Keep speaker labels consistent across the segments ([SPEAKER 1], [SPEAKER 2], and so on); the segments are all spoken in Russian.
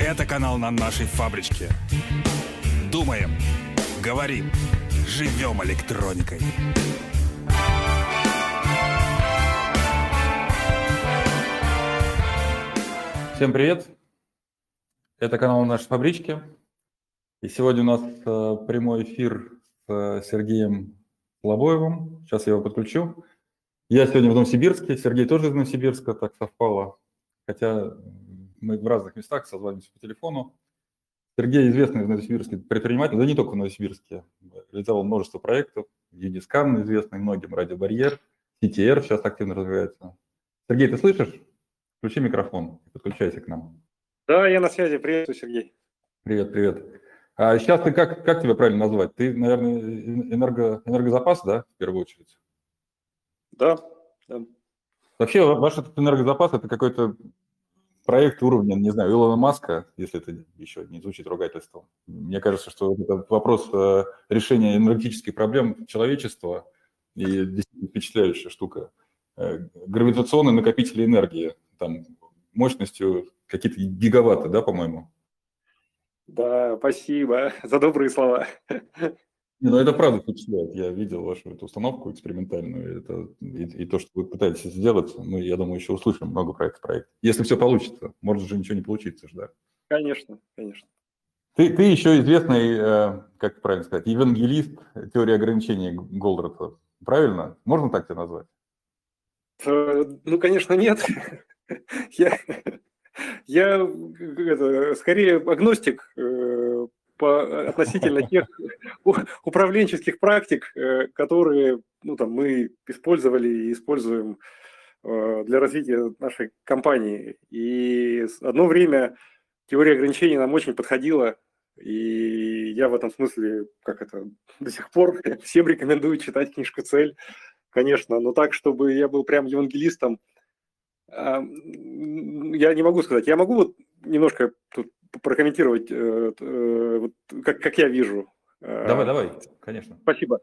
[SPEAKER 1] Это канал на нашей фабричке. Думаем, говорим, живем электроникой.
[SPEAKER 2] Всем привет! Это канал на нашей фабричке. И сегодня у нас прямой эфир с Сергеем Лобоевым. Сейчас я его подключу. Я сегодня в Новосибирске, Сергей тоже из Новосибирска, так совпало. Хотя мы в разных местах созваниваемся по телефону. Сергей известный в Новосибирске предприниматель, да не только в Новосибирске. Реализовал множество проектов. Юдискам известный многим, Радиобарьер, CTR сейчас активно развивается. Сергей, ты слышишь? Включи микрофон и подключайся к нам.
[SPEAKER 3] Да, я на связи. Приветствую, Сергей.
[SPEAKER 2] Привет, привет. А сейчас ты как тебя правильно назвать? Ты, наверное, энергозапас, да, в первую очередь?
[SPEAKER 3] Да.
[SPEAKER 2] Вообще ваш этот энергозапас – это какой-то проект уровня, не знаю, Илона Маска, если это еще не звучит ругательством. Мне кажется, что это вопрос решения энергетических проблем человечества и действительно впечатляющая штука. Гравитационные накопители энергии, там мощностью какие-то гигаватты, да, по-моему?
[SPEAKER 3] Да, спасибо за добрые слова.
[SPEAKER 2] Не, ну это правда впечатляет. Я видел вашу эту установку экспериментальную, и то, что вы пытаетесь сделать, мы, я думаю, еще услышим много про этот проект. Если все получится, может же ничего не получиться, да?
[SPEAKER 3] Конечно, конечно.
[SPEAKER 2] Ты еще известный, как правильно сказать, евангелист теории ограничений Голдрата, правильно? Можно так тебя назвать?
[SPEAKER 3] Ну, конечно, нет. Я скорее агностик относительно тех управленческих практик, которые мы использовали и используем для развития нашей компании. И одно время теория ограничений нам очень подходила, и я в этом смысле, до сих пор всем рекомендую читать книжку «Цель», конечно, но так, чтобы я был прям евангелистом, я не могу сказать. Я могу немножко тут прокомментировать, как я вижу.
[SPEAKER 2] Давай, конечно.
[SPEAKER 3] Спасибо.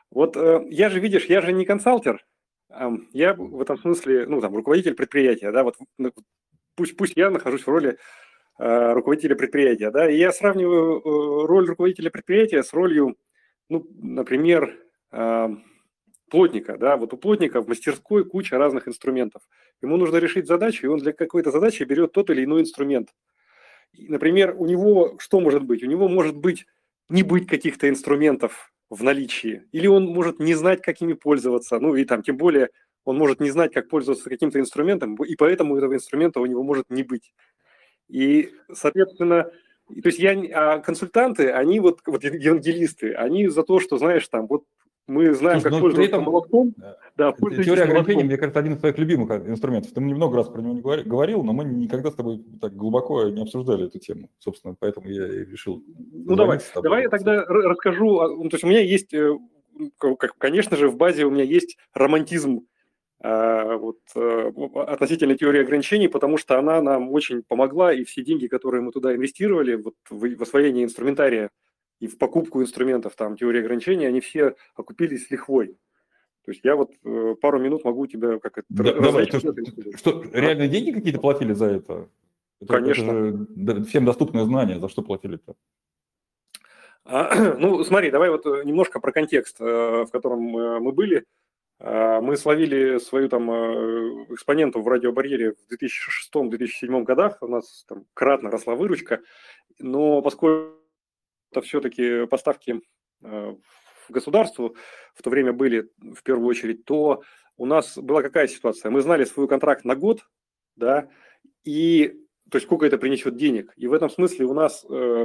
[SPEAKER 3] Я же не консалтер, я в этом смысле, руководитель предприятия, да, пусть я нахожусь в роли руководителя предприятия, да, и я сравниваю роль руководителя предприятия с ролью, например, плотника, да, у плотника в мастерской куча разных инструментов. Ему нужно решить задачу, и он для какой-то задачи берет тот или иной инструмент. И, например, у него что может быть? У него может быть не быть каких-то инструментов в наличии, или он может не знать, как ими пользоваться, тем более он может не знать, как пользоваться каким-то инструментом, и поэтому этого инструмента у него может не быть. И, соответственно, то есть консультанты, они евангелисты, они за то, что, знаешь, мы знаем, как пользоваться молотком. Да,
[SPEAKER 2] теория ограничений, мне кажется, один из твоих любимых инструментов. Ты много раз про него не говорил, но мы никогда с тобой так глубоко не обсуждали эту тему. Собственно, поэтому я и решил...
[SPEAKER 3] Давай я тогда расскажу. То есть у меня есть, конечно же, в базе у меня есть романтизм относительно теории ограничений, потому что она нам очень помогла, и все деньги, которые мы туда инвестировали, в освоение инструментария и в покупку инструментов, теории ограничений, они все окупились с лихвой. То есть я пару минут могу тебя
[SPEAKER 2] Давай, что, реальные деньги какие-то платили за это?
[SPEAKER 3] Конечно.
[SPEAKER 2] Это же всем доступное знание, за что платили-то?
[SPEAKER 3] Смотри, давай немножко про контекст, в котором мы были. Мы словили свою экспоненту в радиобарьере в 2006-2007 годах, у нас кратно росла выручка, но поскольку это все-таки поставки государству в то время были в первую очередь, то у нас была какая ситуация? Мы знали свой контракт на год, да, и то есть сколько это принесет денег. И в этом смысле у нас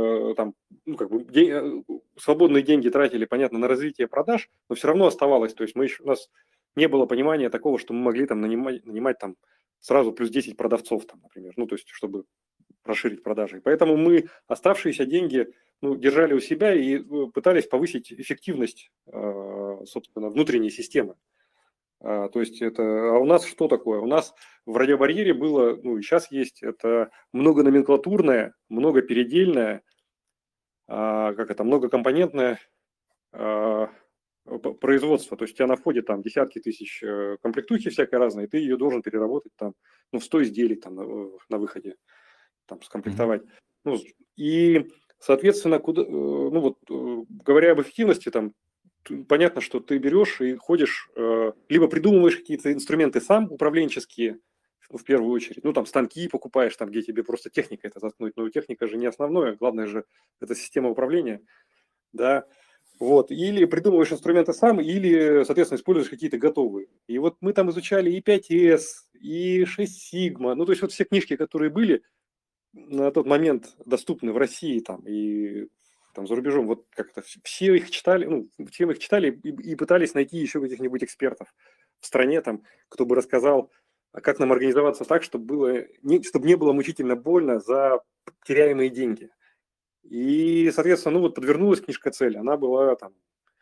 [SPEAKER 3] свободные деньги тратили, понятно, на развитие продаж, но все равно оставалось. То есть у нас не было понимания такого, что мы могли нанимать сразу плюс 10 продавцов, например, то есть чтобы расширить продажи. Поэтому мы оставшиеся деньги держали у себя и пытались повысить эффективность, собственно, внутренней системы. То есть а у нас что такое? У нас в радиобарьере было, и сейчас есть, это многономенклатурное, многопередельное, многокомпонентное производство. То есть у тебя на входе десятки тысяч комплектухи всякой разной, и ты ее должен переработать в 100 изделий на выходе, скомплектовать. Ну, и, соответственно, говоря об эффективности, там, понятно, что ты берешь и ходишь, либо придумываешь какие-то инструменты сам, управленческие, в первую очередь, ну, там, станки покупаешь, там, где тебе просто техника это заткнуть, но техника же не основное, главное же это система управления, да, вот, или придумываешь инструменты сам, или, соответственно, используешь какие-то готовые. И вот мы там изучали и 5S, и 6 Sigma, ну, то есть вот все книжки, которые были на тот момент доступны в России там и там за рубежом, вот как-то все их читали, ну, все их читали и пытались найти еще каких-нибудь экспертов в стране, там, кто бы рассказал, как нам организоваться так, чтобы чтобы не было мучительно больно за теряемые деньги. И, соответственно, ну вот подвернулась книжка «Цель», она была там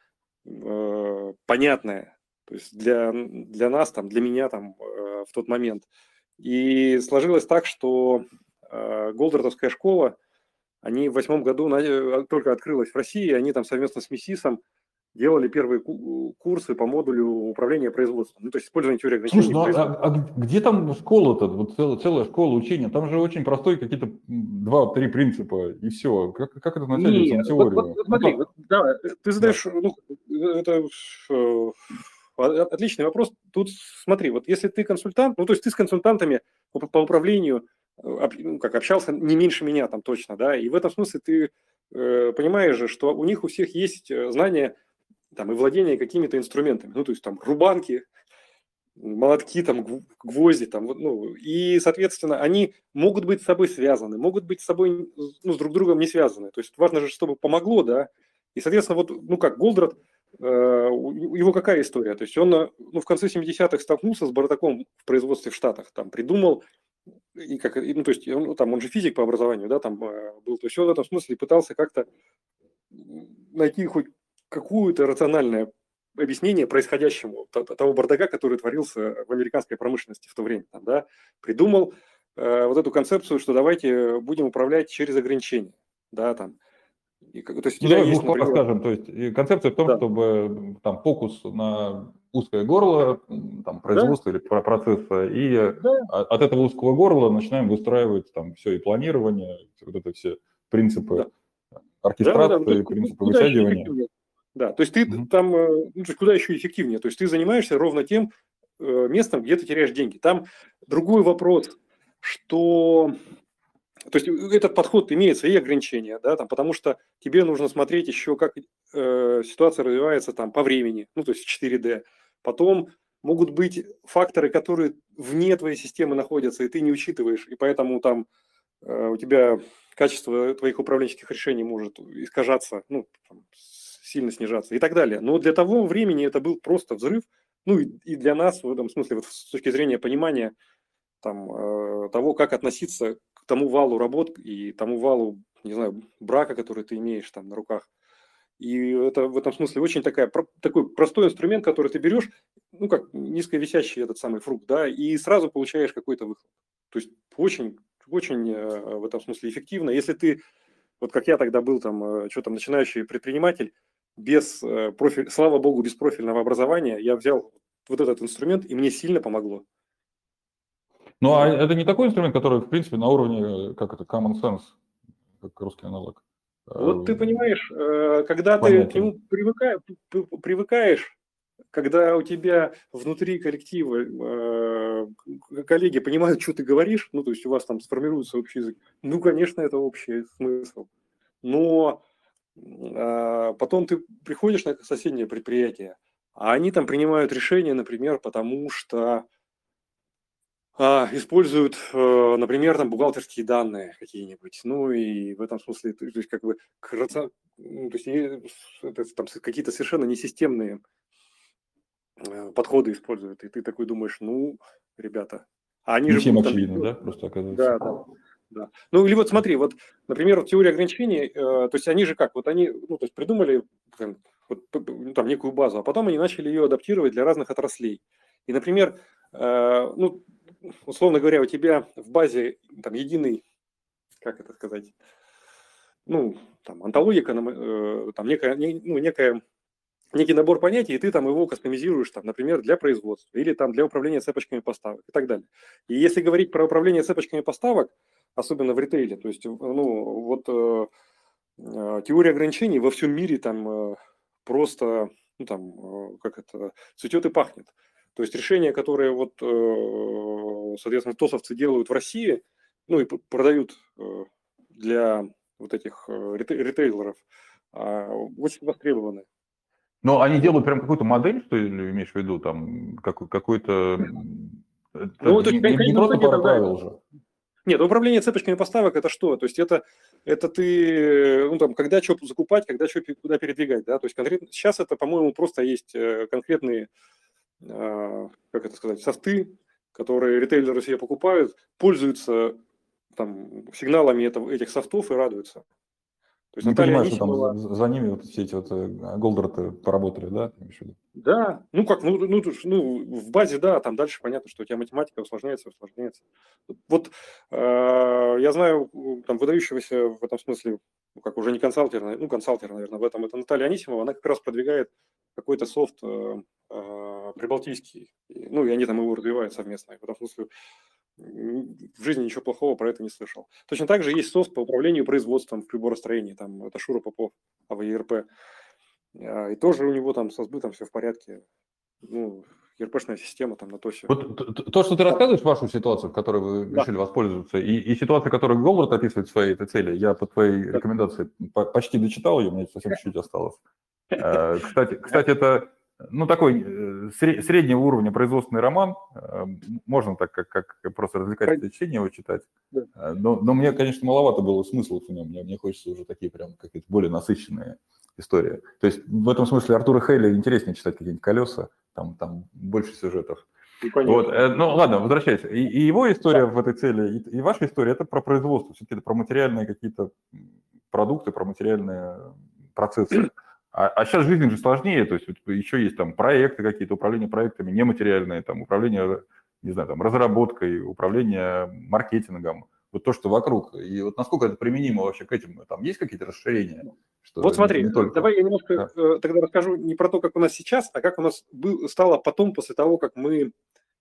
[SPEAKER 3] понятная, то есть для нас, там, для меня там в тот момент. И сложилось так, что Голдратовская школа, они в 2008 году только открылась в России, они там совместно с МИСИСом делали первые курсы по модулю управления производством. Ну, то есть использование теории ограничений.
[SPEAKER 2] Слушай, где там школа-то, вот целая школа учения? Там же очень простой какие-то 2-3 принципа, и все. Как это нацеливается на теорию?
[SPEAKER 3] Вот смотри, да, ты задаешь, это отличный вопрос. Тут смотри, вот если ты консультант, ну, то есть ты с консультантами по управлению как общался не меньше меня там точно, да, и в этом смысле ты понимаешь же, что у них у всех есть знания там и владение какими-то инструментами, ну, то есть там рубанки, молотки, там, гвозди, там, ну, и, соответственно, они могут быть с собой связаны, могут быть с собой, ну, с друг другом не связаны. То есть важно же, чтобы помогло, да. И, соответственно, вот, ну, как Голдрат, его какая история? То есть он, ну, в конце 70-х столкнулся с бардаком в производстве в Штатах, там, придумал, и как, ну, то есть он же физик по образованию, да, там был, то есть он в этом смысле пытался как-то найти хоть какую-то рациональное объяснение происходящему, того бардака, который творился в американской промышленности в то время. Там, да, придумал вот эту концепцию, что давайте будем управлять через ограничения. Да, там. То есть у тебя есть,
[SPEAKER 2] например, скажем, то есть концепция в том, да, чтобы там фокус на узкое горло там, производства, да, или процесса, и да, от этого узкого горла начинаем выстраивать там все и планирование, вот это все принципы, да, оркестрации, да, принципы вытягивания.
[SPEAKER 3] Да, то есть ты там, ну, куда еще эффективнее, то есть ты занимаешься ровно тем местом, где ты теряешь деньги. Там другой вопрос, что, то есть этот подход имеет свои ограничения, да, там, потому что тебе нужно смотреть еще, как ситуация развивается там по времени, ну, то есть 4D. Потом могут быть факторы, которые вне твоей системы находятся, и ты не учитываешь, и поэтому там у тебя качество твоих управленческих решений может искажаться, ну, там, сильно снижаться и так далее. Но для того времени это был просто взрыв. Ну и для нас в этом смысле, вот с точки зрения понимания там, того, как относиться к тому валу работ и тому валу, не знаю, брака, который ты имеешь там на руках. И это в этом смысле очень такой простой инструмент, который ты берешь, ну как низковисящий этот самый фрукт, да, и сразу получаешь какой-то выход. То есть очень, очень в этом смысле эффективно. Если ты, вот как я тогда был там, что там, начинающий предприниматель, без слава богу, без профильного образования, я взял вот этот инструмент, и мне сильно помогло.
[SPEAKER 2] Ну, а это не такой инструмент, который, в принципе, на уровне, как это, common sense, как русский аналог?
[SPEAKER 3] Вот ты понимаешь, когда ты к нему привыкаешь, когда у тебя внутри коллектива коллеги понимают, что ты говоришь, ну, то есть у вас там сформируется общий язык, ну, конечно, это общий смысл. Но потом ты приходишь на соседнее предприятие, а они там принимают решения, например, потому что используют, например, там бухгалтерские данные какие-нибудь. Ну и в этом смысле, то есть как бы то есть это, там, какие-то совершенно несистемные подходы используют. И ты такой думаешь, ну, ребята, а они
[SPEAKER 2] не
[SPEAKER 3] же
[SPEAKER 2] всем очевидно, да, просто оказывается.
[SPEAKER 3] Да. Ну, или вот смотри, вот, например, вот теория ограничений, то есть они же как, вот они, ну, то есть придумали там некую базу, а потом они начали ее адаптировать для разных отраслей. И, например, ну, условно говоря, у тебя в базе там единый, как это сказать, ну, там, онтология, там некий набор понятий, и ты там его кастомизируешь, там, например, для производства или там для управления цепочками поставок и так далее. И если говорить про управление цепочками поставок, особенно в ритейле. То есть, ну, вот теория ограничений во всем мире там просто, ну, там, как это, цветет и пахнет. То есть решения, которые вот, соответственно, тосовцы делают в России, ну, и продают для вот этих ритейлеров, очень востребованы.
[SPEAKER 2] Но они делают прям какую-то модель, что ли, имеешь в виду, там, какой-то...
[SPEAKER 3] Ну, то есть,
[SPEAKER 2] Не просто пара правил же.
[SPEAKER 3] Нет, управление цепочками поставок это что? То есть это ты, ну, там, когда что закупать, когда что куда передвигать, да? То есть конкретно сейчас это, по-моему, просто есть конкретные, как это сказать, софты, которые ритейлеры себе покупают, пользуются там сигналами этих софтов и радуются. То есть
[SPEAKER 2] Не
[SPEAKER 3] Наталья
[SPEAKER 2] понимаю, что
[SPEAKER 3] Анисимова...
[SPEAKER 2] там за ними вот все эти вот голдеры поработали, да?
[SPEAKER 3] Да, ну как, ну, в базе, да, там дальше понятно, что у тебя математика усложняется. Вот я знаю там выдающегося в этом смысле, ну, как уже не консалтер, ну консалтер, наверное, в этом, это Наталья Анисимова, она как раз продвигает какой-то софт прибалтийский, ну и они там его развивают совместно, в этом смысле в жизни ничего плохого про это не слышал. Точно так же есть софт по управлению производством в приборостроении, там это Шура Попов, АВЕРП. И тоже у него там со сбытом все в порядке. Ну, ERP-шная система там на ТОСе.
[SPEAKER 2] Вот то, что ты рассказываешь, вашу ситуацию, в которой вы решили воспользоваться, и ситуация, которую Голдрат описывает в своей этой цели, я по твоей рекомендации почти дочитал ее, у меня совсем чуть-чуть осталось. Кстати, это ну, такой среднего уровня производственный роман, можно так, как просто развлекательное чтение его читать, но мне, конечно, маловато было смыслов в нем, мне хочется уже такие прям какие-то более насыщенные истории. То есть в этом смысле Артура Хейли интереснее читать какие-нибудь «Колеса», там больше сюжетов. Вот, ну ладно, возвращайся. И его история в этой цели, и ваша история, это про производство, все-таки это про материальные какие-то продукты, про материальные процессы. А сейчас жизнь же сложнее, то есть еще есть там проекты какие-то, управление проектами нематериальные, там управление, не знаю, там разработкой, управление маркетингом, вот то, что вокруг. И вот насколько это применимо вообще к этим, там есть какие-то расширения? Что
[SPEAKER 3] вот смотри,
[SPEAKER 2] не только...
[SPEAKER 3] давай я немножко тогда расскажу не про то, как у нас сейчас, а как у нас стало потом, после того, как мы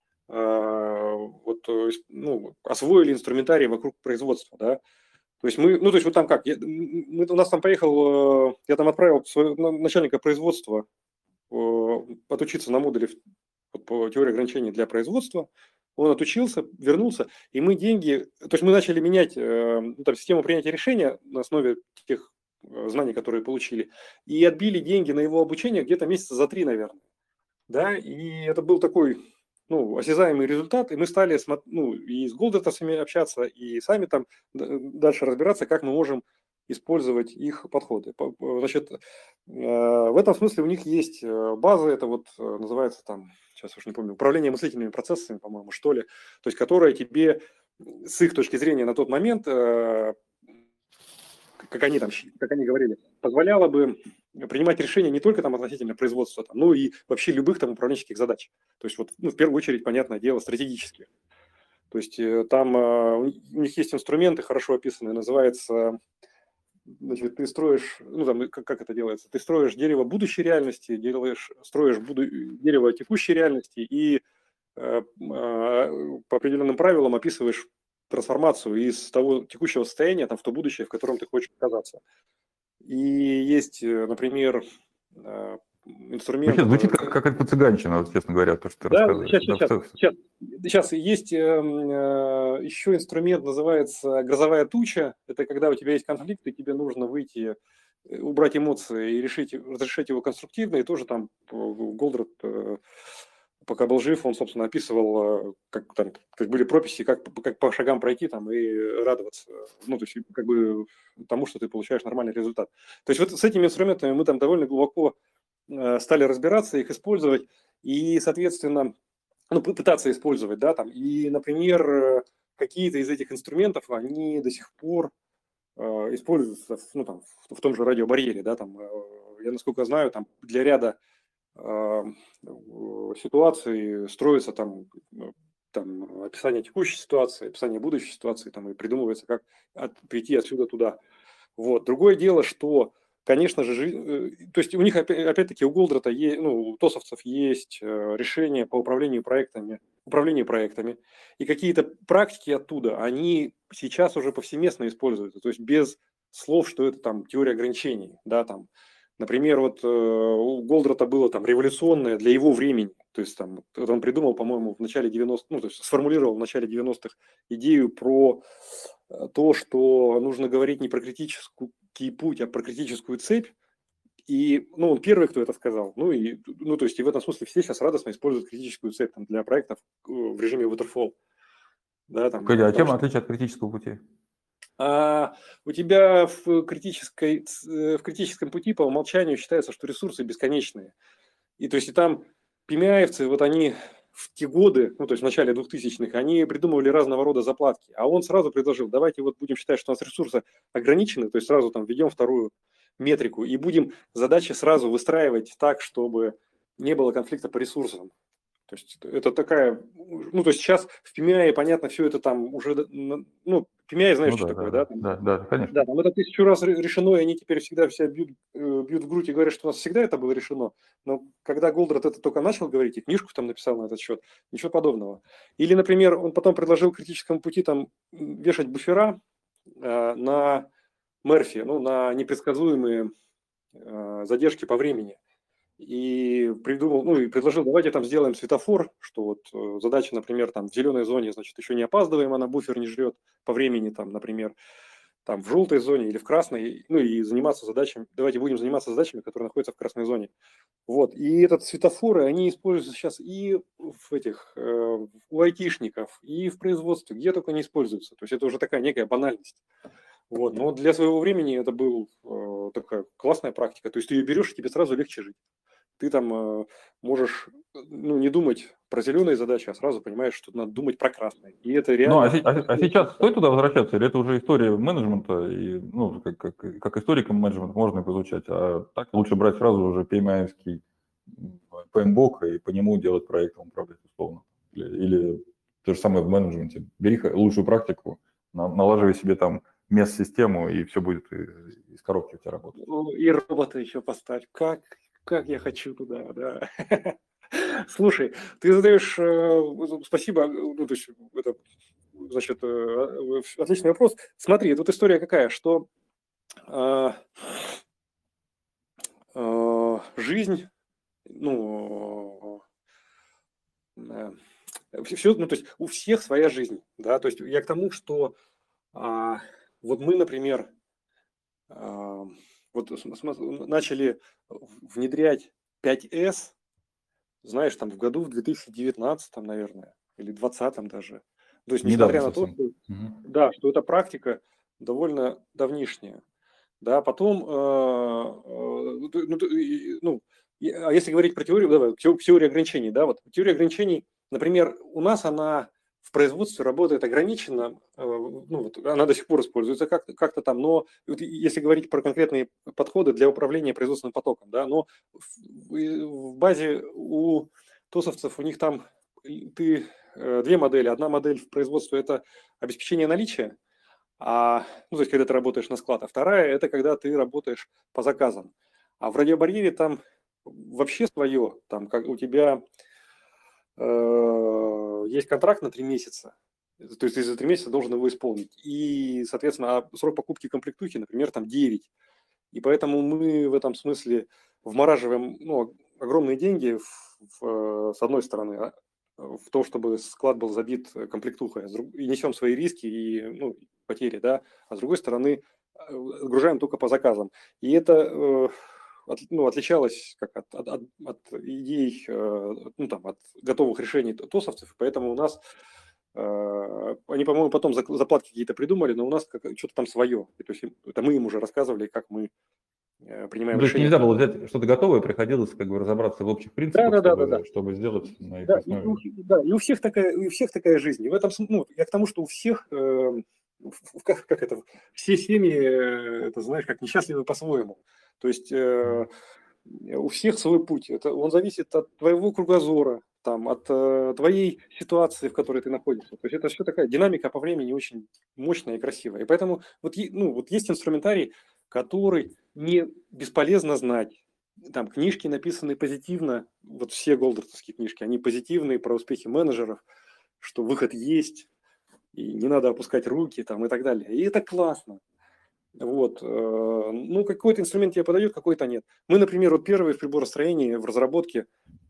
[SPEAKER 3] освоили инструментарий вокруг производства, да. То есть мы, ну, то есть вот там как, у нас там поехал, я там отправил своего начальника производства отучиться на модуле по теории ограничений для производства. Он отучился, вернулся, и мы деньги, то есть мы начали менять там, систему принятия решения на основе тех знаний, которые получили, и отбили деньги на его обучение где-то месяца за 3, наверное. Да, и это был такой, ну, осязаемый результат, и мы стали, ну, и с Голдертасами общаться, и сами там дальше разбираться, как мы можем использовать их подходы. Значит, в этом смысле у них есть база, это вот называется там, сейчас уж не помню, управление мыслительными процессами, по-моему, что ли, то есть которая тебе с их точки зрения на тот момент, как они говорили, позволяла бы принимать решения не только там относительно производства, там, но и вообще любых там управленческих задач. То есть вот, ну, в первую очередь, понятное дело, стратегических. То есть там у них есть инструменты хорошо описанные, называется, значит, ты строишь, ну там как это делается, ты строишь дерево будущей реальности, строишь дерево текущей реальности и по определенным правилам описываешь трансформацию из того текущего состояния там, в то будущее, в котором ты хочешь оказаться. И есть, например, инструмент...
[SPEAKER 2] Звучит как какая-то цыганщина, честно говоря, то, что ты рассказываешь.
[SPEAKER 3] Сейчас есть еще инструмент, называется грозовая туча. Это когда у тебя есть конфликт, и тебе нужно выйти, убрать эмоции и разрешить его конструктивно. И тоже там Голдрат, пока был жив, он, собственно, описывал, как были прописи, как по шагам пройти там и радоваться, ну, то есть как бы тому, что ты получаешь нормальный результат. То есть вот с этими инструментами мы там довольно глубоко стали разбираться, их использовать и, соответственно, ну, пытаться использовать, да, там. И, например, какие-то из этих инструментов, они до сих пор используются, ну, там, в том же радиобарьере, да, там, я, насколько знаю, там для ряда ситуации строится там описание текущей ситуации, описание будущей ситуации, там и придумывается, как прийти отсюда туда. Вот. Другое дело, что конечно же, то есть у них, опять-таки, у Голдрата, у тосовцев есть решение по управлению проектами, и какие-то практики оттуда, они сейчас уже повсеместно используются, то есть без слов, что это там теория ограничений, да, там, например, вот у Голдрата было там революционное для его времени, то есть там вот он придумал, по-моему, в начале 90-х, то есть сформулировал в начале 90-х идею про то, что нужно говорить не про критический путь, а про критическую цепь. И, он первый, кто это сказал. То есть и в этом смысле все сейчас радостно используют критическую цепь там, для проектов в режиме waterfall. Да, там,
[SPEAKER 2] а чем отличие от критического пути?
[SPEAKER 3] У тебя в критическом пути по умолчанию считается, что ресурсы бесконечные. И то есть и там пимяевцы, вот они в те годы, то есть в начале 2000-х, они придумывали разного рода заплатки. А он сразу предложил, давайте вот будем считать, что у нас ресурсы ограничены, то есть сразу там введем вторую метрику и будем задачи сразу выстраивать так, чтобы не было конфликта по ресурсам. То есть это такая, то есть сейчас в PMI, понятно, все это там уже, PMI, знаешь, что такое, да?
[SPEAKER 2] Да, конечно.
[SPEAKER 3] Да, там это 1000 раз решено, и они теперь всегда себя бьют в грудь и говорят, что у нас всегда это было решено. Но когда Голдрат это только начал говорить, и книжку там написал на этот счет, ничего подобного. Или, например, он потом предложил критическому пути там вешать буфера на Мерфи, на непредсказуемые задержки по времени. И предложил, давайте там сделаем светофор, что вот задача, например, там в зеленой зоне, значит, еще не опаздываем, она буфер не жрет по времени, там, например, там в желтой зоне или в красной, и заниматься задачами, давайте будем заниматься задачами, которые находятся в красной зоне. Вот, и этот светофоры, они используются сейчас и у айтишников, и в производстве, где только не используются, то есть это уже такая некая банальность. Вот, но для своего времени это была такая классная практика, то есть ты ее берешь, и тебе сразу легче жить. Ты там можешь не думать про зеленые задачи, а сразу понимаешь, что надо думать про красные. И это реально...
[SPEAKER 2] А сейчас стоит туда возвращаться, или это уже история менеджмента, и, как историкам менеджмента можно их изучать, а так лучше брать сразу уже PMI-евский PMBOK и по нему делать проектом управлять условно. Или то же самое в менеджменте. Бери лучшую практику, налаживай себе там мест-систему, и все будет из коробки у тебя работать.
[SPEAKER 3] И робота еще поставь. Как я хочу туда, да. Слушай, ты задаешь, спасибо, то есть это, значит, отличный вопрос. Смотри, тут история какая, что жизнь, все, то есть у всех своя жизнь, да, то есть я к тому, что вот мы, например, вот начали внедрять 5S, знаешь, там в году в 2019, наверное, или 2020 даже. То есть, несмотря на то, что, да, что эта практика довольно давнишняя. Да, потом, если говорить про теорию, давай, теорию ограничений, да, вот теория ограничений, например, у нас она в производстве работает ограниченно, она до сих пор используется как-то там, но если говорить про конкретные подходы для управления производственным потоком, да, но в базе у тосовцев у них там две модели. Одна модель в производстве – это обеспечение наличия, то есть когда ты работаешь на склад, а вторая – это когда ты работаешь по заказам. А в радиобарьере там вообще свое, там как у тебя есть контракт на 3 месяца, то есть ты за 3 месяца должен его исполнить. И, соответственно, срок покупки комплектухи, например, там 9. И поэтому мы в этом смысле вмораживаем огромные деньги, с одной стороны, в то, чтобы склад был забит комплектухой, и несем свои риски и потери, да, а с другой стороны, отгружаем только по заказам. И это отличалось от идей, от готовых решений тосовцев, поэтому у нас, они, по-моему, потом заплатки какие-то придумали, но у нас что-то там свое. То есть это мы им уже рассказывали, как мы принимаем решения.
[SPEAKER 2] То есть нельзя было взять что-то готовое, приходилось разобраться в общих принципах, чтобы сделать на их основе.
[SPEAKER 3] Да, и у всех такая жизнь. И в этом, я к тому, что у всех, все семьи, это знаешь, как несчастливы по-своему. То есть у всех свой путь. Он зависит от твоего кругозора, от твоей ситуации, в которой ты находишься. То есть это все такая динамика по времени очень мощная и красивая. И поэтому есть инструментарий, который не бесполезно знать. Там книжки написаны позитивно, вот все голдертовские книжки, они позитивные про успехи менеджеров, что выход есть, и не надо опускать руки там, и так далее. И это классно. Вот. Ну, какой-то инструмент тебе подойдет, какой-то нет. Мы, например, вот первые в приборостроении, в разработке,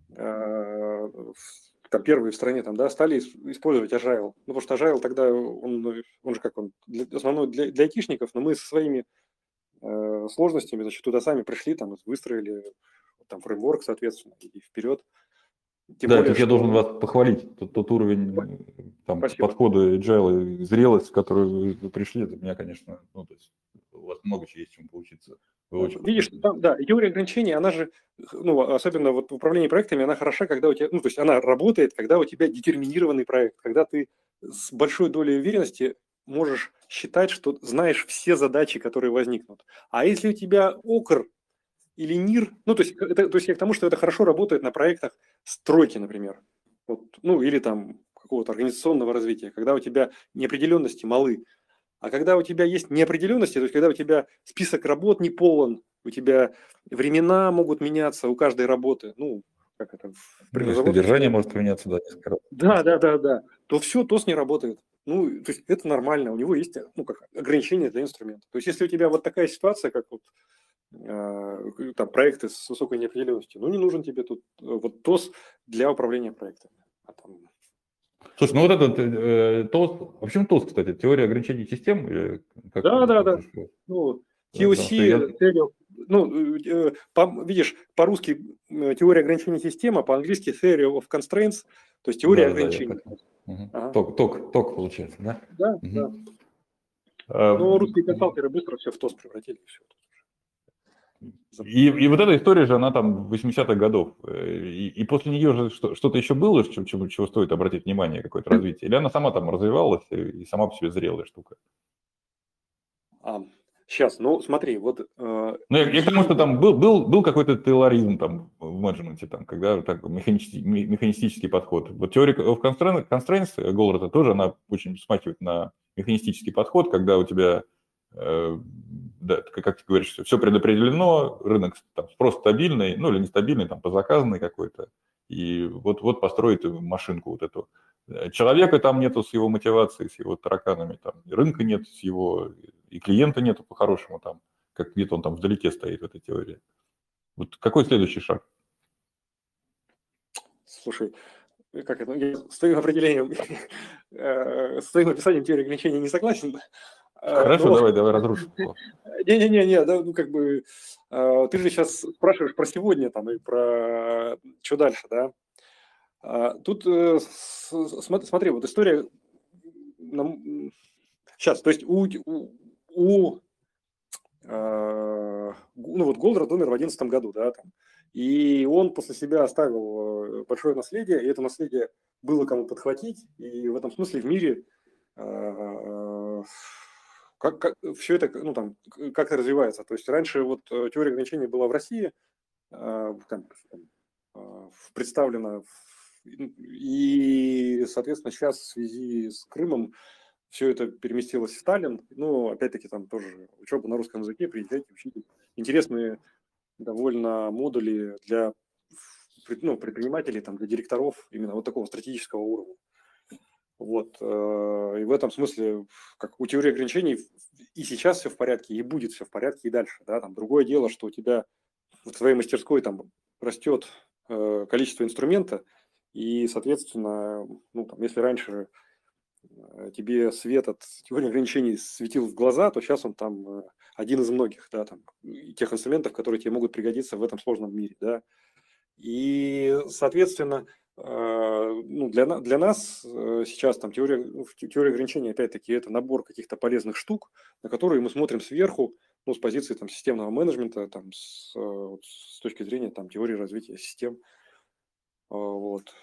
[SPEAKER 3] там первые в стране, там, да, стали использовать Agile. Ну, потому что Agile тогда, он же как он, основной для айтишников, но мы со своими сложностями, значит, туда сами пришли, там, выстроили там фреймворк, соответственно, и вперед.
[SPEAKER 2] Тем более, тут я должен вас похвалить. Тот уровень там, подхода agile и зрелость, в которую вы пришли, это меня, конечно, ну, то есть у вас много чего есть чем поучиться.
[SPEAKER 3] Видишь, там, да, теория ограничений, она же, ну, особенно вот в управлении проектами, она хороша, когда у тебя, ну, то есть она работает, когда у тебя детерминированный проект, когда ты с большой долей уверенности можешь считать, что знаешь все задачи, которые возникнут. А если у тебя окр или НИР, ну, то есть я к тому, что это хорошо работает на проектах стройки, например, вот, ну, или там какого-то организационного развития, когда у тебя неопределенности малы. А когда у тебя есть неопределенности, то есть когда у тебя список работ не полон, у тебя времена могут меняться у каждой работы, ну, как это
[SPEAKER 2] в содержание может меняться, да, несколько раз.
[SPEAKER 3] Да, то все, ТОС не работает. Ну, то есть это нормально, у него есть, ну, как ограничения для инструмента. То есть если у тебя вот такая ситуация, как вот там проекты с высокой неопределенностью, ну, не нужен тебе тут вот ТОС для управления проектами.
[SPEAKER 2] Слушай, ну вот этот ТОС, в общем ТОС, кстати, теория ограничений систем? Или как
[SPEAKER 3] да. Ну, TOC, ну, видишь, по-русски теория ограничений системы, а по-английски theory of constraints, то есть теория ограничений.
[SPEAKER 2] Ток получается, да?
[SPEAKER 3] Да, да. Ну, русские консалтеры быстро все в ТОС превратили.
[SPEAKER 2] И вот эта история же, она там 80-х годов. И после нее же что-то еще было, чего стоит обратить внимание, какое-то развитие? Или она сама там развивалась и сама по себе зрелая штука?
[SPEAKER 3] Сейчас, ну смотри, вот...
[SPEAKER 2] Ну, я к тому, что там был какой-то тейлоризм там в менеджменте, там, когда так, механистический подход. Вот теория of constraints Голдрата тоже, она очень смахивает на механистический подход, когда у тебя... Да, как ты говоришь, все предопределено, рынок там, спрос стабильный, ну или нестабильный, там, позаказанный какой-то, и вот построить машинку вот эту. Человека там нету с его мотивацией, с его тараканами, там, рынка нет с его, и клиента нету по-хорошему там, как где-то он там вдалеке стоит в этой теории. Вот какой следующий шаг?
[SPEAKER 3] Слушай, как это, я с твоим определением, с твоим описанием теории ограничений не согласен.
[SPEAKER 2] Хорошо, давай разрушим.
[SPEAKER 3] Не, да, ну как бы ты же сейчас спрашиваешь про сегодня там и про что дальше, да? Тут смотри, вот история сейчас, то есть ну вот Голдрат умер в 2011 году, да, там, и он после себя оставил большое наследие, и это наследие было кому подхватить, и в этом смысле в мире как все это, ну, там, как-то развивается. То есть раньше вот теория ограничений была в России, представлена, и, соответственно, сейчас в связи с Крымом все это переместилось в Сталин. Ну, опять-таки, там тоже учеба на русском языке, приезжайте, учите. Интересные довольно модули для предпринимателей, там, для директоров именно вот такого стратегического уровня. Вот. И в этом смысле, как у теории ограничений, и сейчас все в порядке, и будет все в порядке, и дальше. Да? Там другое дело, что у тебя в твоей мастерской там растет количество инструмента, и, соответственно, ну, там, если раньше тебе свет от теории ограничений светил в глаза, то сейчас он там один из многих, да, там, тех инструментов, которые тебе могут пригодиться в этом сложном мире. Да? И, соответственно, ну, для нас сейчас там теория ограничений, опять-таки, это набор каких-то полезных штук, на которые мы смотрим сверху, ну, с позиции там, системного менеджмента, там, с точки зрения там, теории развития систем. Вот.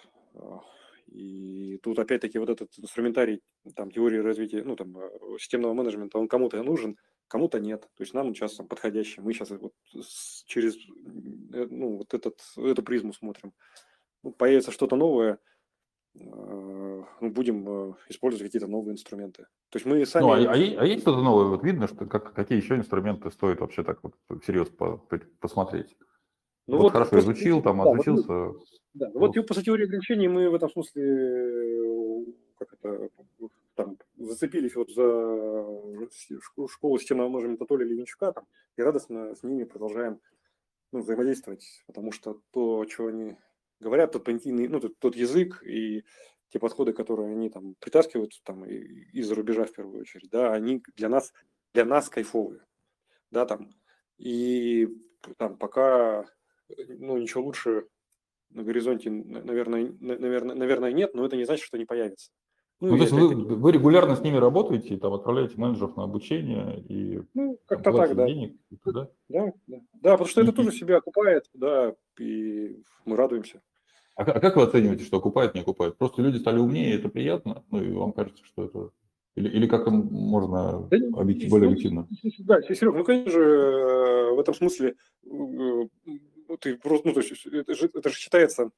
[SPEAKER 3] И тут, опять-таки, вот этот инструментарий там, теории развития, ну, там, системного менеджмента, он кому-то нужен, кому-то нет. То есть нам сейчас подходящий. Мы сейчас вот через ну, вот эту призму смотрим. Появится что-то новое, будем использовать какие-то новые инструменты. То есть мы
[SPEAKER 2] Ну,
[SPEAKER 3] сами...
[SPEAKER 2] есть что-то новое? Вот видно, что какие еще инструменты стоит вообще так вот всерьез посмотреть?
[SPEAKER 3] Ну
[SPEAKER 2] Вот
[SPEAKER 3] вот
[SPEAKER 2] хорошо
[SPEAKER 3] просто,
[SPEAKER 2] изучил, там
[SPEAKER 3] да, вот,
[SPEAKER 2] отучился.
[SPEAKER 3] да, вот после теории ограничений мы в этом смысле как это, там, зацепились вот за школу системного менеджмента Толи Левинчука там, и радостно с ними продолжаем взаимодействовать, потому что то, что они говорят, тот понятийный, тот язык и те подходы, которые они там притаскивают там из-за рубежа в первую очередь, да, они для нас кайфовые, да, там, и там пока, ничего лучше на горизонте, наверное, нет, но это не значит, что не появится.
[SPEAKER 2] Ну, то
[SPEAKER 3] И
[SPEAKER 2] есть
[SPEAKER 3] опять-таки,
[SPEAKER 2] вы регулярно с ними работаете, и там отправляете менеджеров на обучение и там,
[SPEAKER 3] как-то так,
[SPEAKER 2] платите
[SPEAKER 3] да.
[SPEAKER 2] денег туда.
[SPEAKER 3] Да, да. Да, потому что это тоже
[SPEAKER 2] И,
[SPEAKER 3] себя окупает, да, и мы радуемся.
[SPEAKER 2] а как вы оцениваете, что окупает, не окупает? Просто люди стали умнее, и это приятно, ну и вам кажется, что это... Или как можно
[SPEAKER 3] Да,
[SPEAKER 2] более объективно?
[SPEAKER 3] да, Серег, конечно же, в этом смысле ты просто, то есть это же считается,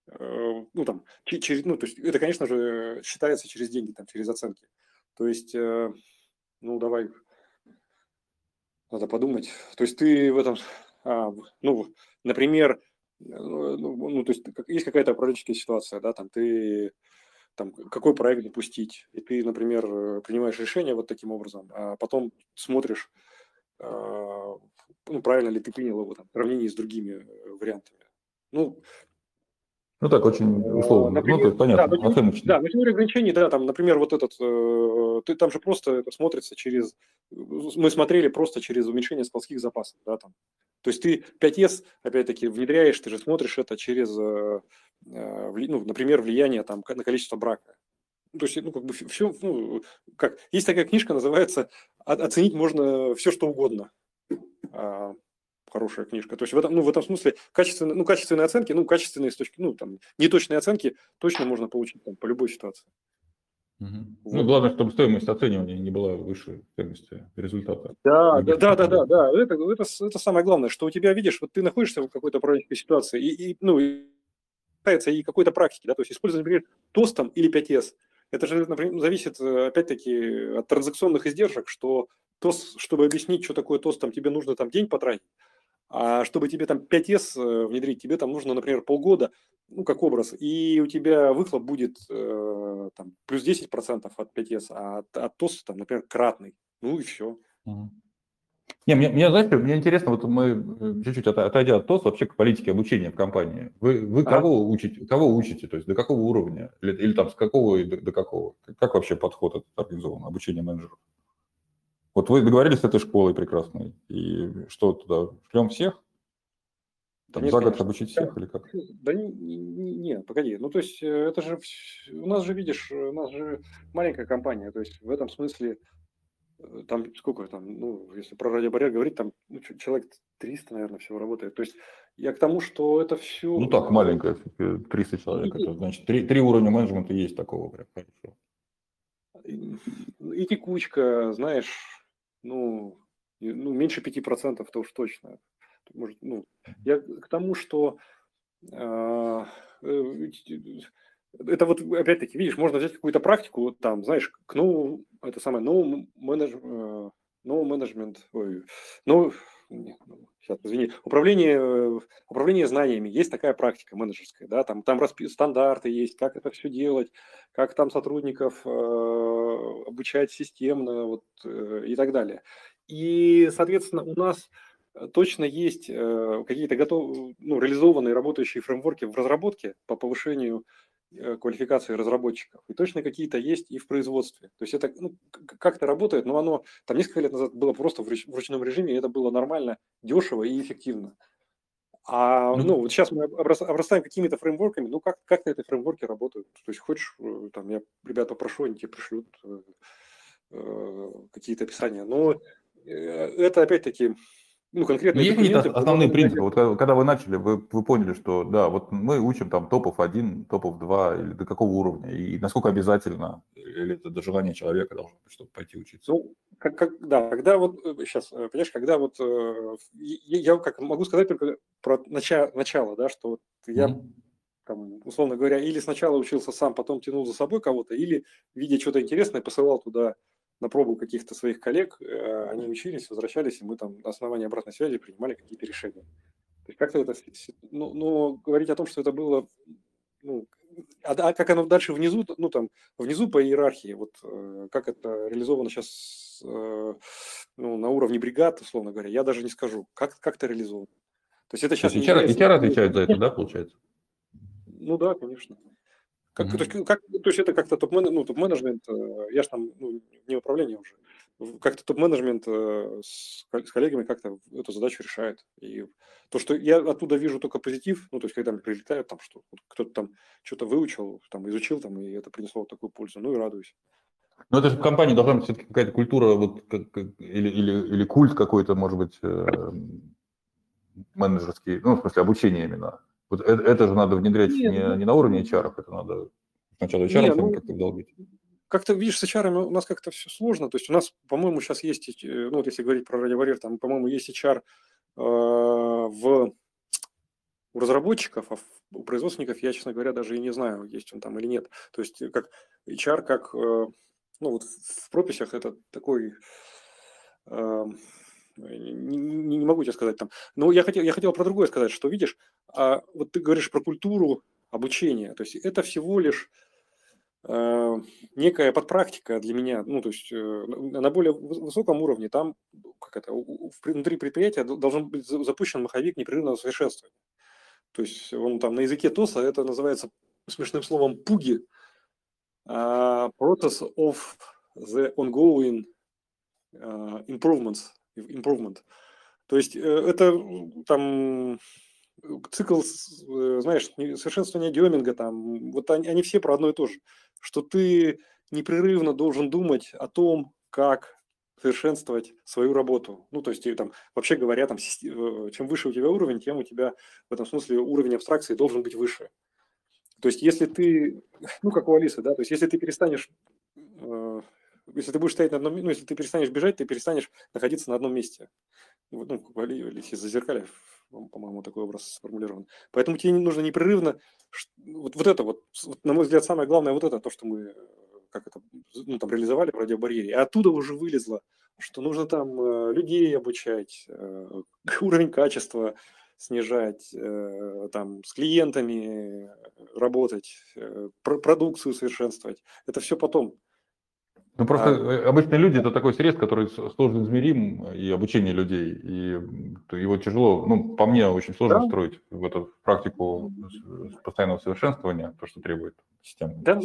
[SPEAKER 3] то есть это, конечно же, считается через деньги, там, через оценки. То есть, давай, надо подумать. То есть ты в этом, например, то есть есть какая-то управленческая ситуация, да, там ты там, какой проект запустить, и ты, например, принимаешь решение вот таким образом, а потом смотришь, правильно ли ты принял его там, в сравнении с другими вариантами.
[SPEAKER 2] Ну, так, очень условно. Ну, то
[SPEAKER 3] Например,
[SPEAKER 2] есть, понятно, оценочно.
[SPEAKER 3] на теории ограничений, да, там, например, вот этот, там же просто это смотрится через, мы смотрели просто через уменьшение складских запасов, да, там. То есть ты 5С, опять-таки, внедряешь, ты же смотришь это через, например, влияние там на количество брака. То есть, как бы все, есть такая книжка, называется «Оценить можно все, что угодно». Хорошая книжка. То есть в этом смысле качественные оценки, качественные с точки, неточные оценки точно можно получить там по любой ситуации.
[SPEAKER 2] Угу.
[SPEAKER 3] Вот.
[SPEAKER 2] Ну, главное, чтобы стоимость оценивания не была выше стоимости результата.
[SPEAKER 3] Да. Это самое главное, что у тебя, видишь, вот ты находишься в какой-то управленческой ситуации, и какой-то практики, да, то есть использовать, например, ТОСТом или 5С. Это же, например, зависит, опять-таки, от транзакционных издержек, что ТОС, чтобы объяснить, что такое ТОС, там тебе нужно там день потратить, а чтобы тебе там 5С внедрить, тебе там нужно, например, полгода, как образ, и у тебя выхлоп будет там, плюс 10% от 5С, а от ТОС, там, например, кратный. Ну и все.
[SPEAKER 2] Не, мне интересно, вот мы чуть-чуть отойдя от ТОС, вообще к политике обучения в компании. Вы кого учите, то есть до какого уровня, или там с какого и до какого? Как вообще подход этот организован, обучение менеджеров? Вот вы договорились с этой школой прекрасной, и что туда, шлем всех? Там,
[SPEAKER 3] Нет,
[SPEAKER 2] за год
[SPEAKER 3] конечно.
[SPEAKER 2] обучить всех или как?
[SPEAKER 3] Да нет, погоди. То есть это же, у нас же, видишь, у нас же маленькая компания, то есть в этом смысле там сколько там, если про радиобарьер говорить, там человек 300, наверное, всего работает. То есть я к тому, что это все...
[SPEAKER 2] Ну так, маленькая, 300 человек, это значит, три уровня менеджмента есть такого прям хорошо.
[SPEAKER 3] И текучка, знаешь, меньше 5%, то уж точно. Может, я к тому, что это вот, опять-таки, видишь, можно взять какую-то практику, там, знаешь, к новому, это самое, новому менеджмент, сейчас, извини, управление знаниями, есть такая практика менеджерская, да, там стандарты есть, как это все делать, как там сотрудников обучать системно, вот, и так далее. И, соответственно, у нас точно есть какие-то реализованные работающие фреймворки в разработке по повышению квалификации разработчиков. И точно какие-то есть и в производстве. То есть это как-то работает, но оно там несколько лет назад было просто в ручном режиме, и это было нормально, дешево и эффективно. Вот сейчас мы обрастаем какими-то фреймворками, как на этой фреймворке работают. То есть хочешь, там я ребят попрошу, они тебе пришлют какие-то описания. Но это опять-таки... конкретно
[SPEAKER 2] есть какие-то основные принципы? Вот когда вы начали, вы поняли, что да, вот мы учим там топов 1, топов 2, или до какого уровня, и насколько обязательно, или это до желания человека должно быть, чтобы пойти учиться?
[SPEAKER 3] Когда вот, сейчас, понимаешь, когда вот, я как могу сказать только про начало, да, что вот я там, условно говоря, или сначала учился сам, потом тянул за собой кого-то, или, видя что-то интересное, посылал туда на пробу каких-то своих коллег, они учились, возвращались, и мы там на основании обратной связи принимали какие-то решения. То есть как-то это, ну, говорить о том, что это было, ну, а как оно дальше внизу, ну, там, внизу по иерархии, вот как это реализовано сейчас, ну, на уровне бригад, условно говоря, я даже не скажу, как это реализовано. То есть это сейчас...
[SPEAKER 2] HR отвечает за это, да, получается?
[SPEAKER 3] Ну да, конечно. То есть это как-то топ-менеджмент, я же там не управление уже, как-то топ-менеджмент с коллегами как-то эту задачу решает. И то, что я оттуда вижу только позитив, ну, то есть когда мне прилетают, там, что кто-то там что-то выучил, там, изучил, там, и это принесло такую пользу, ну и радуюсь.
[SPEAKER 2] Ну, это же в компании должна быть все-таки какая-то культура, вот, или культ какой-то, может быть, менеджерский, ну, в смысле, обучение именно. Вот это же надо внедрять не на уровне HR, это надо сначала HR как-то вдолбить.
[SPEAKER 3] Как-то, видишь, с HR у нас как-то все сложно. То есть у нас, по-моему, сейчас есть, ну, вот если говорить про радиоварьер, там, по-моему, есть HR у разработчиков, а у производственников я, честно говоря, даже и не знаю, есть он там или нет. То есть как HR, как, ну, вот в прописях это такой... Не могу тебе сказать там. Но я хотел про другое сказать, что, видишь, вот ты говоришь про культуру обучения. То есть это всего лишь некая подпрактика для меня. Ну, то есть на более высоком уровне там, внутри предприятия должен быть запущен маховик непрерывного совершенствования. То есть он там на языке ТОСа это называется смешным словом PUGI. Process of the ongoing improvement. То есть это там цикл, знаешь, совершенствования Деминга, там, вот они все про одно и то же, что ты непрерывно должен думать о том, как совершенствовать свою работу. Ну, то есть, там, вообще говоря, там, чем выше у тебя уровень, тем у тебя в этом смысле уровень абстракции должен быть выше. То есть, если ты, ну, как у Алисы, да, то есть, если ты перестанешь... Если ты будешь стоять на одном, ну, если ты перестанешь бежать, ты перестанешь находиться на одном месте. Ну, если зазеркали, по-моему, такой образ сформулирован. Поэтому тебе нужно непрерывно, вот это вот, на мой взгляд, самое главное, вот это, то, что мы ну, там реализовали в радиобарьере. И оттуда уже вылезло, что нужно там людей обучать, уровень качества снижать, там, с клиентами работать, продукцию совершенствовать. Это все потом.
[SPEAKER 2] Ну, просто обычные люди – это такой срез, который сложно измерим, и обучение людей, и его тяжело, ну, по мне, очень сложно встроить в эту практику постоянного совершенствования, то, что требует система.
[SPEAKER 3] Да,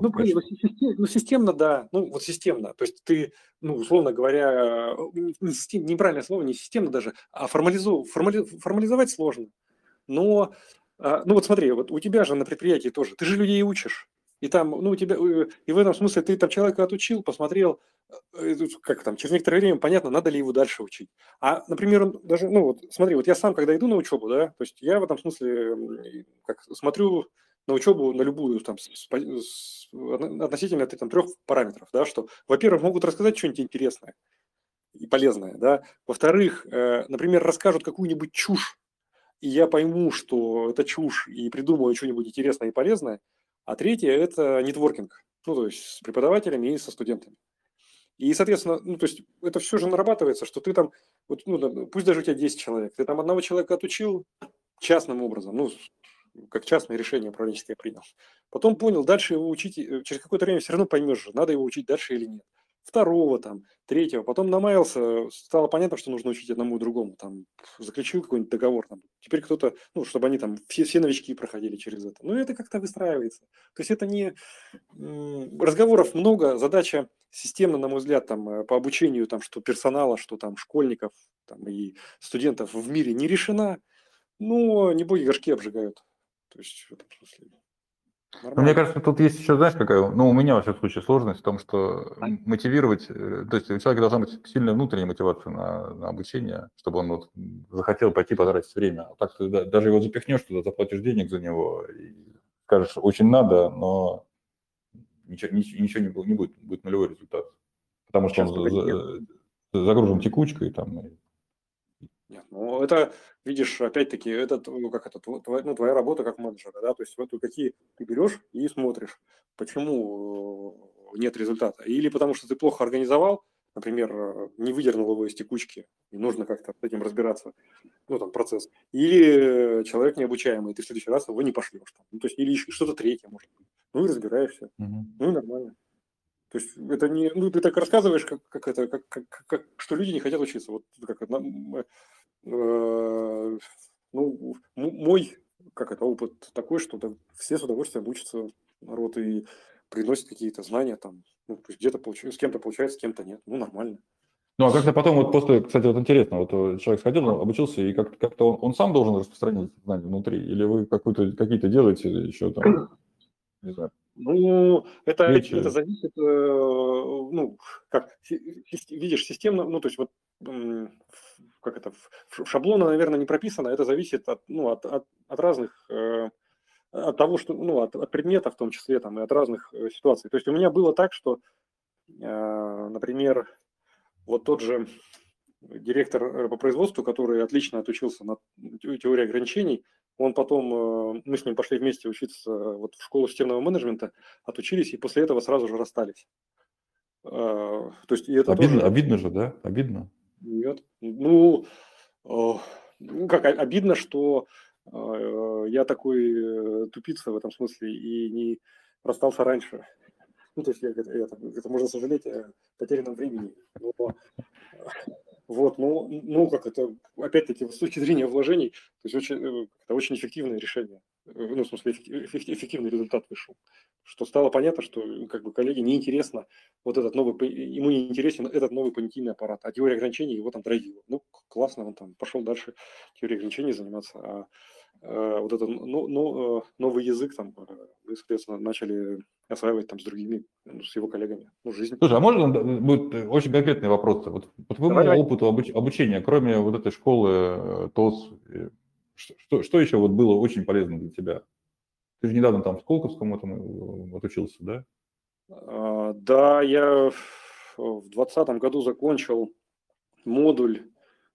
[SPEAKER 3] системно, да, ну, вот системно, то есть ты, ну, условно говоря, неправильное слово, не системно даже, а формализовать сложно, но, ну, вот смотри, вот у тебя же на предприятии тоже, ты же людей учишь. И там, ну, у тебя, и в этом смысле ты там человека отучил, посмотрел, как там, через некоторое время понятно, надо ли его дальше учить. А, например, он даже, ну, вот смотри, вот я сам, когда иду на учебу, да, то есть я в этом смысле как смотрю на учебу, на любую, там, относительно там 3 параметров, да, что, во-первых, могут рассказать что-нибудь интересное и полезное, да, во-вторых, например, расскажут какую-нибудь чушь, и я пойму, что это чушь, и придумаю что-нибудь интересное и полезное. А третье – это нетворкинг, ну, то есть с преподавателями и со студентами. И, соответственно, ну, то есть это все же нарабатывается, что ты там, вот, ну, пусть даже у тебя 10 человек, ты там одного человека отучил частным образом, ну, как частное решение управленческое принял. Потом понял, дальше его учить, через какое-то время все равно поймешь, надо его учить дальше или нет. Второго, там, третьего, потом намаялся, стало понятно, что нужно учить одному и другому, там, заключил какой-нибудь договор, там, теперь кто-то, ну, чтобы они там, все новички проходили через это. Ну, это как-то выстраивается. То есть это не... Разговоров много, задача системно, на мой взгляд, там, по обучению, там, что персонала, что там школьников, там, и студентов в мире не решена, но не боги горшки обжигают. То есть в этом смысле...
[SPEAKER 2] Ну, мне кажется, тут есть еще, знаешь, какая, ну, у меня, во всяком случае, сложность в том, что мотивировать, то есть у человека должна быть сильная внутренняя мотивация на обучение, чтобы он вот захотел пойти потратить время. А так ты даже его запихнешь туда, заплатишь денег за него и скажешь, очень надо, но ничего не будет, будет нулевой результат. Потому что он загружен текучкой там.
[SPEAKER 3] Нет, ну это, видишь, опять-таки, это, твоя работа как менеджера, да, то есть вот какие ты берешь и смотришь, почему нет результата. Или потому что ты плохо организовал, например, не выдернул его из текучки, и нужно как-то с этим разбираться, ну, там, процесс. Или человек необучаемый, ты в следующий раз его не пошлешь. Там. Ну, то есть, или что-то третье, может быть. Ну, и разбираешься. Ну, и нормально. То есть это не, ну ты так рассказываешь, что люди не хотят учиться. Вот как это, ну, мой опыт такой, что все с удовольствием учатся, народ, и приносят какие-то знания там. Ну, то есть где-то с кем-то получается, с кем-то нет. Ну, нормально.
[SPEAKER 2] Ну, а как-то потом, вот после, кстати, вот интересно, вот человек сходил, обучился, и как-то он сам должен распространить знания внутри, или вы какие-то делаете еще там, не знаю,
[SPEAKER 3] Ну, это
[SPEAKER 2] встречи?
[SPEAKER 3] зависит, ну, как, видишь, системно, ну, то есть вот, как это, шаблона, наверное, не прописано, это зависит от, ну, от разных, от того, что, ну, от предмета в том числе, там, и от разных ситуаций. То есть у меня было так, что, например, вот тот же директор по производству, который отлично отучился на теории ограничений, он потом, мы с ним пошли вместе учиться вот в школу системного менеджмента, отучились и после этого сразу же расстались. То есть и это
[SPEAKER 2] Обидно,
[SPEAKER 3] тоже...
[SPEAKER 2] обидно же, да? Обидно.
[SPEAKER 3] Нет. Ну, как обидно, что я такой тупица в этом смысле и не расстался раньше. Ну, то есть это можно сожалеть о потерянном времени. Но вот, ну, как это, опять-таки, с точки зрения вложений, то есть это очень эффективное решение. Ну, в смысле, эффективный результат вышел. Что стало понятно, что как бы коллеге неинтересно вот этот новый, ему не интересен этот новый понятийный аппарат, а теория ограничений его там драйвила. Ну, классно, он там пошел дальше теорией ограничений заниматься, вот этот новый язык там мы, соответственно, начали осваивать там с другими, с его коллегами. Ну, жизнь.
[SPEAKER 2] Слушай, а можно будет очень конкретный вопрос? Вот по твоему
[SPEAKER 3] Давай.
[SPEAKER 2] опыту обучения, кроме вот этой школы ТОС, что еще вот было очень полезно для тебя? Ты же недавно там в Сколковском этом отучился, да?
[SPEAKER 3] Да, я в 2020 году закончил модуль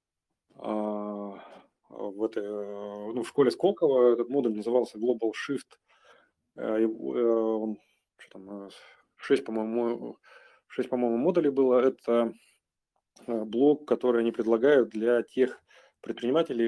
[SPEAKER 3] в школе Сколково. Этот модуль назывался Global Shift. Он, что там, 6, по-моему, модулей было. Это блок, который они предлагают для тех предпринимателей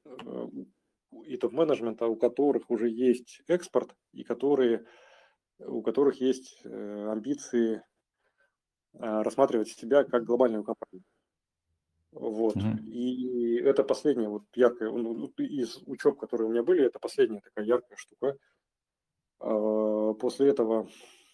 [SPEAKER 3] и топ-менеджмента, у которых уже есть экспорт и у которых есть амбиции рассматривать себя как глобальную компанию. Вот. И это последняя вот яркая, из учеб, которые у меня были, это последняя такая яркая штука. После этого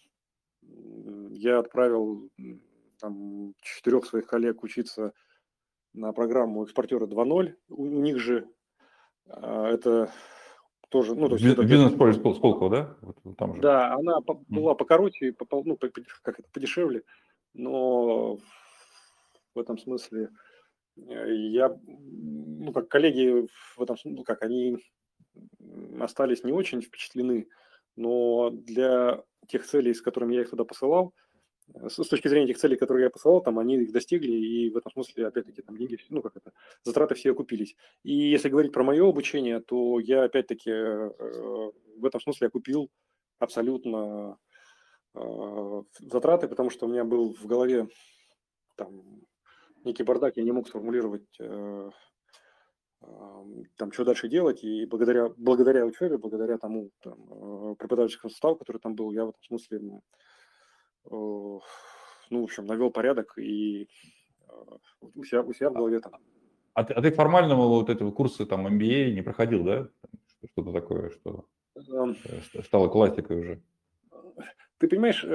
[SPEAKER 3] я отправил там 4 своих коллег учиться на программу «Экспортеры 2.0». У них же это тоже... Ну, то есть
[SPEAKER 2] Бизнес-поле Сколково, да? Вот там же.
[SPEAKER 3] Да, она была покороче, подешевле, но в этом смысле я, как коллеги в этом смысле, они остались не очень впечатлены, но для тех целей, с которыми я их туда посылал, с точки зрения тех целей, которые я посылал, там они их достигли, и в этом смысле, опять-таки, там деньги, затраты все окупились. И если говорить про мое обучение, то я, опять-таки, в этом смысле окупил абсолютно затраты, потому что у меня был в голове там некий бардак, я не мог сформулировать там, что дальше делать, и благодаря учебе, благодаря тому преподавательскому составу, который там был, я в этом смысле, в общем, навел порядок и у себя в голове там.
[SPEAKER 2] А ты формального вот этого курса там MBA не проходил, да? Что-то такое, что стало классикой уже.
[SPEAKER 3] Ты понимаешь,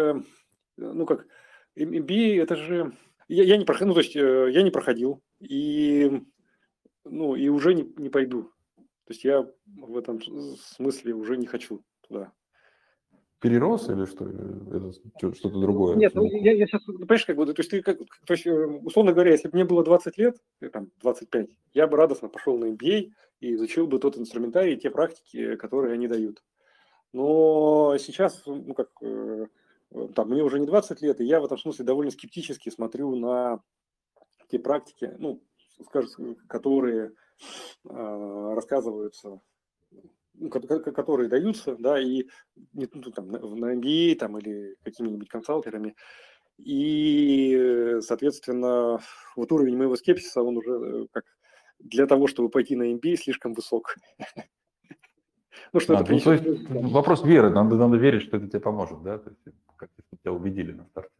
[SPEAKER 3] MBA это же... Я не проходил, я не проходил, и уже не пойду. То есть я в этом смысле уже не хочу туда.
[SPEAKER 2] Перерос или что? Это что-то другое?
[SPEAKER 3] Нет, я сейчас, понимаешь, то есть, условно говоря, если бы мне было 20 лет, там, 25, я бы радостно пошел на MBA и изучил бы тот инструментарий, те практики, которые они дают. Но сейчас, там, мне уже не 20 лет, и я в этом смысле довольно скептически смотрю на те практики, которые рассказываются, которые даются, да, и там, на MBA там, или какими-нибудь консалтерами. И, соответственно, вот уровень моего скепсиса, он уже как для того, чтобы пойти на MBA, слишком высок. Ну, что это принесет.
[SPEAKER 2] То есть вопрос веры, надо верить, что это тебе поможет, да? То есть, как тебя убедили на старте.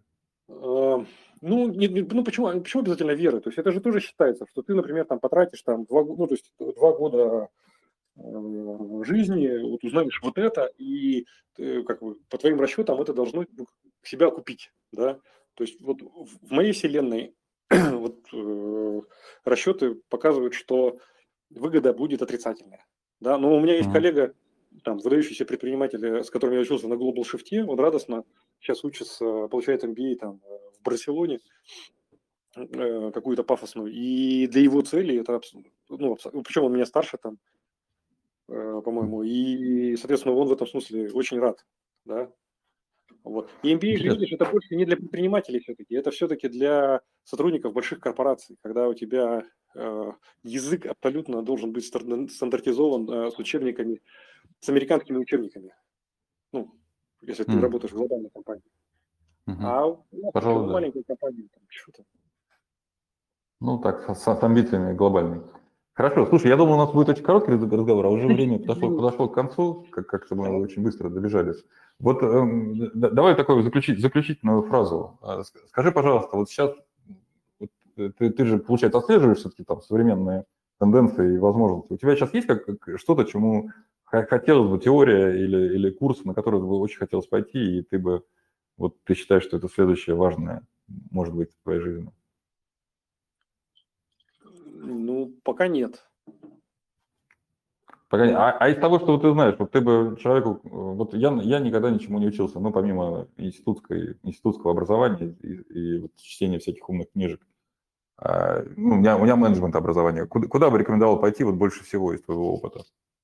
[SPEAKER 3] Почему обязательно вера? То есть это же тоже считается, что ты, например, там потратишь там 2 года жизни, вот узнаешь вот это, и как бы по твоим расчетам это должно себя купить, да? То есть вот в моей вселенной вот расчеты показывают, что выгода будет отрицательная, да? Но у меня есть коллега, там, выдающийся предприниматель, с которым я учился на Global Shift, он радостно сейчас учится, получает MBA там в Барселоне, какую-то пафосную, и для его цели это, причем он меня старше там, по-моему, и, соответственно, он в этом смысле очень рад, да. Вот. И MBA, же, видишь, это больше не для предпринимателей все-таки, это все-таки для сотрудников больших корпораций, когда у тебя язык абсолютно должен быть стандартизован с учебниками, с американскими учебниками, ну, если ты работаешь в глобальной компании. А в маленькой компании там что-то.
[SPEAKER 2] Ну так, с амбициями глобальными. Хорошо, слушай, я думал, у нас будет очень короткий разговор, а уже время подошло к концу, как-то мы очень быстро добежались. Вот давай такую заключительную фразу. Скажи, пожалуйста, вот сейчас ты же, получается, отслеживаешь все-таки там современные тенденции и возможности. У тебя сейчас есть что-то, чему хотелось бы теория или курс, на который бы очень хотелось пойти, и ты считаешь, что это следующее важное, может быть, в твоей жизни?
[SPEAKER 3] Ну, пока нет.
[SPEAKER 2] А из того, что ты знаешь, вот ты бы человеку, вот я никогда ничему не учился, ну, помимо институтского образования и вот чтения всяких умных книжек. У меня менеджмент образования. Куда бы рекомендовал пойти вот больше всего из твоего опыта?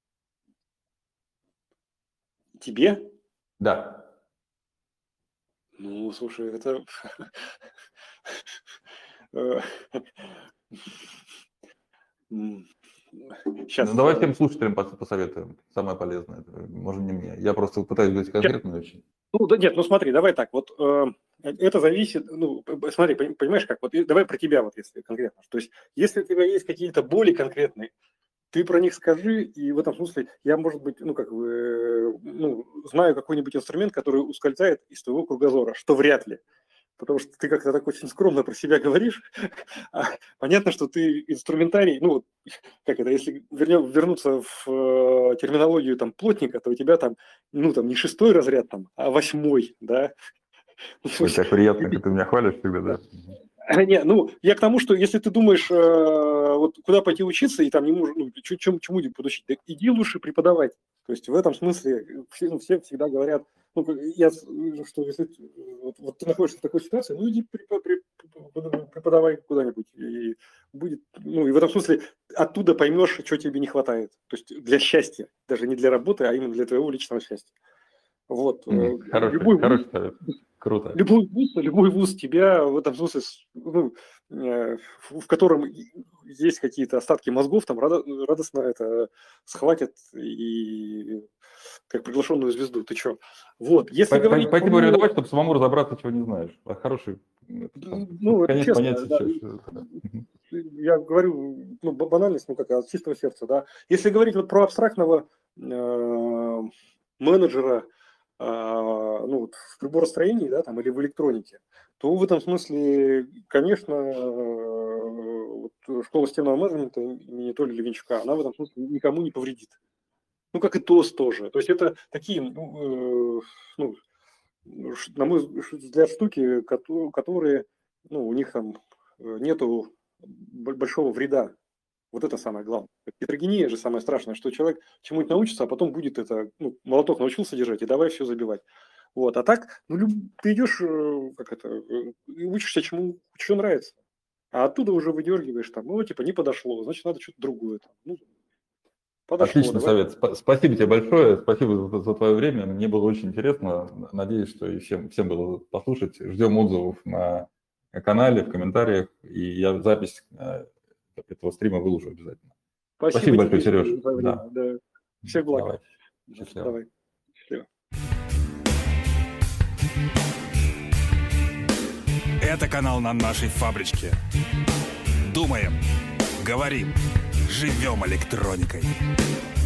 [SPEAKER 3] Тебе?
[SPEAKER 2] Да.
[SPEAKER 3] Ну, слушай, это...
[SPEAKER 2] Сейчас... Давай всем слушателям посоветуем. Самое полезное. Может, не мне. Я просто пытаюсь быть конкретным очень.
[SPEAKER 3] Смотри, давай так. Вот это зависит... смотри, понимаешь как? Вот давай про тебя вот, если конкретно. То есть, если у тебя есть какие-то боли конкретные, ты про них скажи, и в этом смысле я, может быть, знаю какой-нибудь инструмент, который ускользает из твоего кругозора, что вряд ли. Потому что ты как-то так очень скромно про себя говоришь. Понятно, что ты инструментарий, если вернуться в терминологию там плотника, то у тебя там, не 6-й разряд, там, а 8-й, да.
[SPEAKER 2] Как приятно, когда ты меня хвалишь всегда, да.
[SPEAKER 3] Я к тому, что если ты думаешь, вот куда пойти учиться, и там не можешь, чему-нибудь подучить, так иди лучше преподавать. То есть в этом смысле все всегда говорят, что если вот ты находишься в такой ситуации, иди преподавай куда-нибудь, и будет, и в этом смысле оттуда поймешь, что тебе не хватает. То есть для счастья, даже не для работы, а именно для твоего личного счастья. Вот.
[SPEAKER 2] Хороший совет. Круто.
[SPEAKER 3] Любой вуз тебя в этом смысле, в котором есть какие-то остатки мозгов, там радостно это схватят и как приглашенную звезду. Ты что? Вот. Если говорить...
[SPEAKER 2] Пойти порекомендовать, чтобы самому разобраться, чего не знаешь. Хороший конец понятия.
[SPEAKER 3] Да. Я говорю банальность, от чистого сердца. Да. Если говорить вот про абстрактного менеджера, в приборостроении, да, там, или в электронике, то в этом смысле, конечно, школа системного менеджмента имени Толи Левинчука, она в этом смысле никому не повредит. Как и ТОС тоже. То есть это такие, на мой взгляд, штуки, которые, у них там нету большого вреда. Вот это самое главное. Гетерогения же самое страшное, что человек чему-нибудь научится, а потом будет это, молоток научился держать, и давай все забивать. Вот. А так, ты идешь, учишься чему нравится. А оттуда уже выдергиваешь там, не подошло, значит, надо что-то другое.
[SPEAKER 2] Подошло, отличный совет. Спасибо тебе большое, спасибо за твое время. Мне было очень интересно. Надеюсь, что и всем было послушать. Ждем отзывов на канале, в комментариях. И я запись этого стрима выложу обязательно.
[SPEAKER 3] Спасибо
[SPEAKER 2] большое,
[SPEAKER 3] тебе,
[SPEAKER 2] Сереж.
[SPEAKER 3] Да. Всех благ.
[SPEAKER 2] Давай. Счастливо.
[SPEAKER 3] Давай. Счастливо.
[SPEAKER 1] Это канал на нашей фабричке. Думаем, говорим, живем электроникой.